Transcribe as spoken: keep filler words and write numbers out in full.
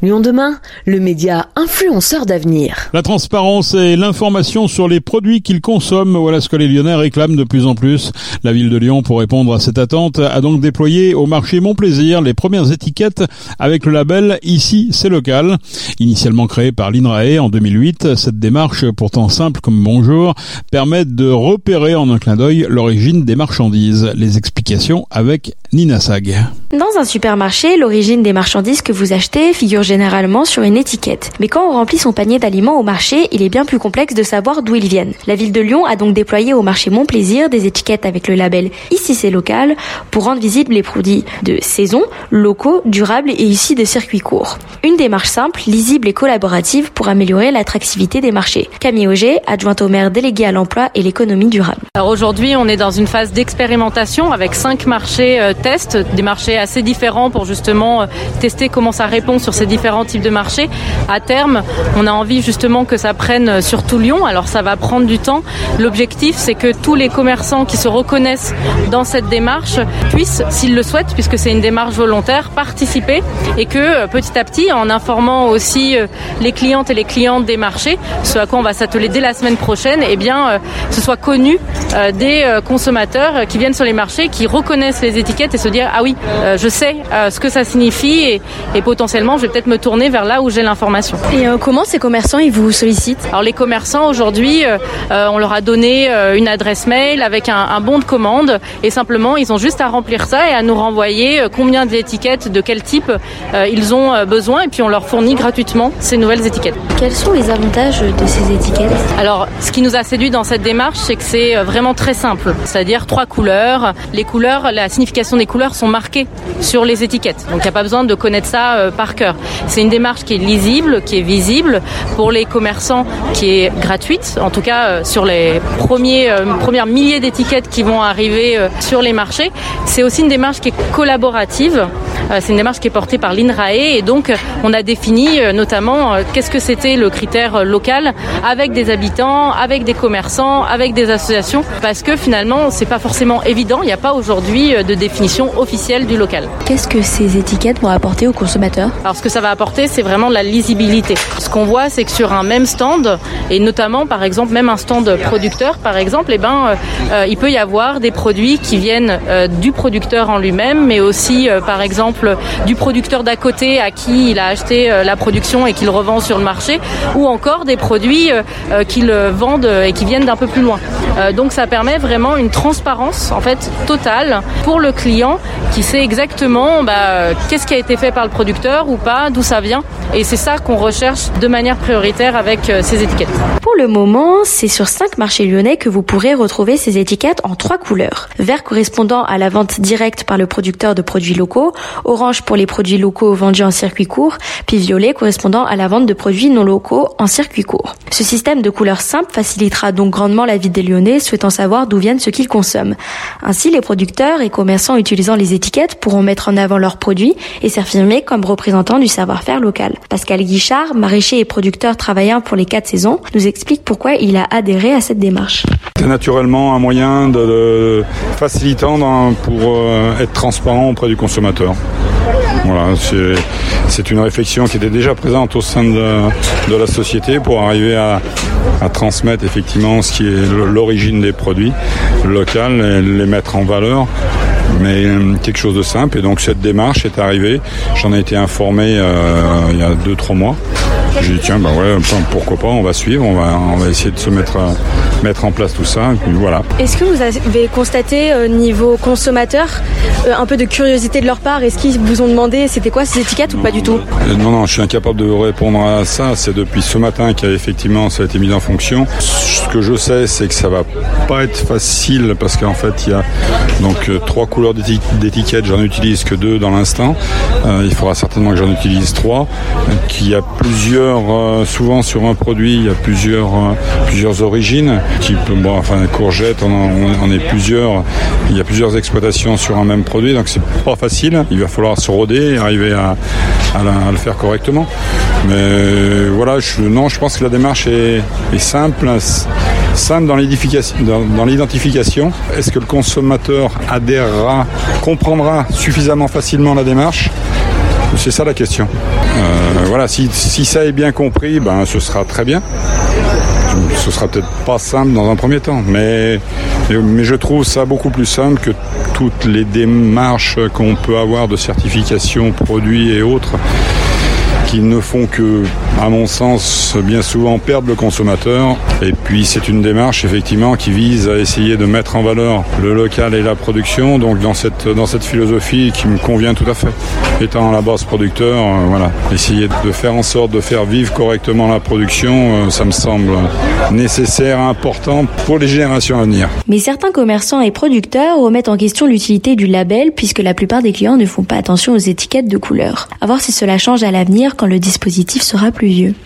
Lyon demain, le média influenceur d'avenir. La transparence et l'information sur les produits qu'ils consomment, voilà ce que les Lyonnais réclament de plus en plus. La ville de Lyon, pour répondre à cette attente, a donc déployé au marché Monplaisir les premières étiquettes avec le label « Ici, c'est local ». Initialement créé par l'INRAE en deux mille huit, cette démarche, pourtant simple comme bonjour, permet de repérer en un clin d'œil l'origine des marchandises. Les explications avec Nina Sag. Dans un supermarché, l'origine des marchandises que vous achetez figure généralement sur une étiquette. Mais quand on remplit son panier d'aliments au marché, il est bien plus complexe de savoir d'où ils viennent. La ville de Lyon a donc déployé au marché Monplaisir des étiquettes avec le label « Ici c'est local » pour rendre visibles les produits de saison, locaux, durables et issus de circuits courts. Une démarche simple, lisible et collaborative pour améliorer l'attractivité des marchés. Camille Auger, adjointe au maire déléguée à l'emploi et l'économie durable. Alors aujourd'hui, on est dans une phase d'expérimentation avec cinq marchés euh, tests, des marchés assez différents pour justement euh, tester comment ça répond sur ces différents types de marchés. À terme, on a envie justement que ça prenne sur tout Lyon. Alors ça va prendre du temps. L'objectif, c'est que tous les commerçants qui se reconnaissent dans cette démarche puissent, s'ils le souhaitent, puisque c'est une démarche volontaire, participer et que euh, petit à petit, en informant aussi euh, les clientes et les clientes des marchés, ce à quoi on va s'atteler dès la semaine prochaine, eh bien, euh, ce soit connu euh, des euh, consommateurs euh, qui viennent sur les marchés, qui reconnaissent les étiquettes et se dire ah oui, euh, je sais euh, ce que ça signifie et, et potentiellement je vais peut-être me tourner vers là où j'ai l'information. Et euh, comment ces commerçants ils vous sollicitent ? Alors les commerçants aujourd'hui, euh, euh, on leur a donné euh, une adresse mail avec un, un bon de commande et simplement ils ont juste à remplir ça et à nous renvoyer euh, combien d'étiquettes, de quel type euh, ils ont euh, besoin et puis on leur fournit gratuitement ces nouvelles étiquettes. Quels sont les avantages de ces étiquettes ? Alors ce qui nous a séduit dans cette démarche, c'est que c'est vraiment très simple, c'est-à-dire trois couleurs. Les couleurs, la signification des couleurs sont marquées sur les étiquettes, donc il n'y a pas besoin de connaître ça euh, par cœur. C'est une démarche qui est lisible, qui est visible pour les commerçants, qui est gratuite, en tout cas euh, sur les premiers, euh, premières milliers d'étiquettes qui vont arriver euh, sur les marchés. C'est aussi une démarche qui est collaborative, euh, c'est une démarche qui est portée par l'INRAE et donc on a défini euh, notamment euh, qu'est-ce que c'était le critère euh, local avec des habitants, avec des commerçants, avec des associations, parce que finalement c'est pas forcément évident, il n'y a pas aujourd'hui de définition officielle du local. Qu'est-ce que ces étiquettes vont apporter aux consommateurs ? Alors ce que ça va apporter, c'est vraiment de la lisibilité. Ce qu'on voit, c'est que sur un même stand, et notamment par exemple même un stand producteur par exemple, eh ben, euh, il peut y avoir des produits qui viennent euh, du producteur en lui-même, mais aussi euh, par exemple du producteur d'à côté à qui il a acheté euh, la production et qu'il revend sur le marché, ou encore des produits euh, euh, qu'il vendent et qui viennent d'un peu plus loin. Euh, donc ça permet vraiment une transparence en fait totale pour le client qui sait exactement bah, qu'est-ce qui a été fait par le producteur ou pas, d'où ça vient. Et c'est ça qu'on recherche de manière prioritaire avec euh, ces étiquettes. Pour le moment, c'est sur cinq marchés lyonnais que vous pourrez retrouver ces étiquettes en trois couleurs. Vert correspondant à la vente directe par le producteur de produits locaux, orange pour les produits locaux vendus en circuit court, puis violet correspondant à la vente de produits non locaux en circuit court. Ce système de couleurs simples facilitera donc grandement la vie des Lyonnais souhaitant savoir d'où viennent ce qu'ils consomment. Ainsi, les producteurs et commerçants utilisant les étiquettes pourront mettre en avant leurs produits et s'affirmer comme représentants du savoir-faire local. Pascal Guichard, maraîcher et producteur travaillant pour les quatre saisons, nous explique pourquoi il a adhéré à cette démarche. C'est naturellement un moyen de, de facilitant dans, pour euh, être transparent auprès du consommateur. Voilà, c'est, c'est une réflexion qui était déjà présente au sein de, de la société pour arriver à, à transmettre effectivement ce qui est l'origine des produits locaux et les mettre en valeur. Mais quelque chose de simple, et donc cette démarche est arrivée. J'en ai été informé euh, il y a deux trois mois. J'ai dit tiens bah ouais pourquoi pas, on va suivre, on va on va essayer de se mettre euh, mettre en place tout ça et puis voilà. Est-ce que vous avez constaté euh, niveau consommateur euh, un peu de curiosité de leur part? Est-ce qu'ils vous ont demandé c'était quoi ces étiquettes ou pas du tout? euh, Non non, je suis incapable de répondre à ça. C'est depuis ce matin qu'effectivement ça a été mis en fonction. Ce que je sais, c'est que ça va pas être facile parce qu'en fait il y a donc euh, trois couleurs d'éti- d'étiquettes. J'en utilise que deux dans l'instant. Euh, il faudra certainement que j'en utilise trois. Euh, qu'il y a plusieurs Euh, souvent sur un produit il y a plusieurs euh, plusieurs origines type bon enfin courgettes on en, on est plusieurs il y a plusieurs exploitations sur un même produit donc c'est pas facile, il va falloir se roder et arriver à, à, la, à le faire correctement mais voilà je, non je pense que la démarche est, est simple simple dans l'identification, dans, dans l'identification. Est-ce que le consommateur adhérera, comprendra suffisamment facilement la démarche? C'est ça la question. Euh, voilà, si, si ça est bien compris, ben ce sera très bien. Ce sera peut-être pas simple dans un premier temps, mais, mais je trouve ça beaucoup plus simple que toutes les démarches qu'on peut avoir de certification, produits et autres, qui ne font que, à mon sens, bien souvent perdre le consommateur. Et puis c'est une démarche effectivement qui vise à essayer de mettre en valeur le local et la production, donc dans cette, dans cette philosophie qui me convient tout à fait. Étant à la base producteur, euh, voilà, essayer de faire en sorte de faire vivre correctement la production, euh, ça me semble nécessaire, important pour les générations à venir. Mais certains commerçants et producteurs remettent en question l'utilité du label puisque la plupart des clients ne font pas attention aux étiquettes de couleurs. À voir si cela change à l'avenir quand le dispositif sera plus vieux.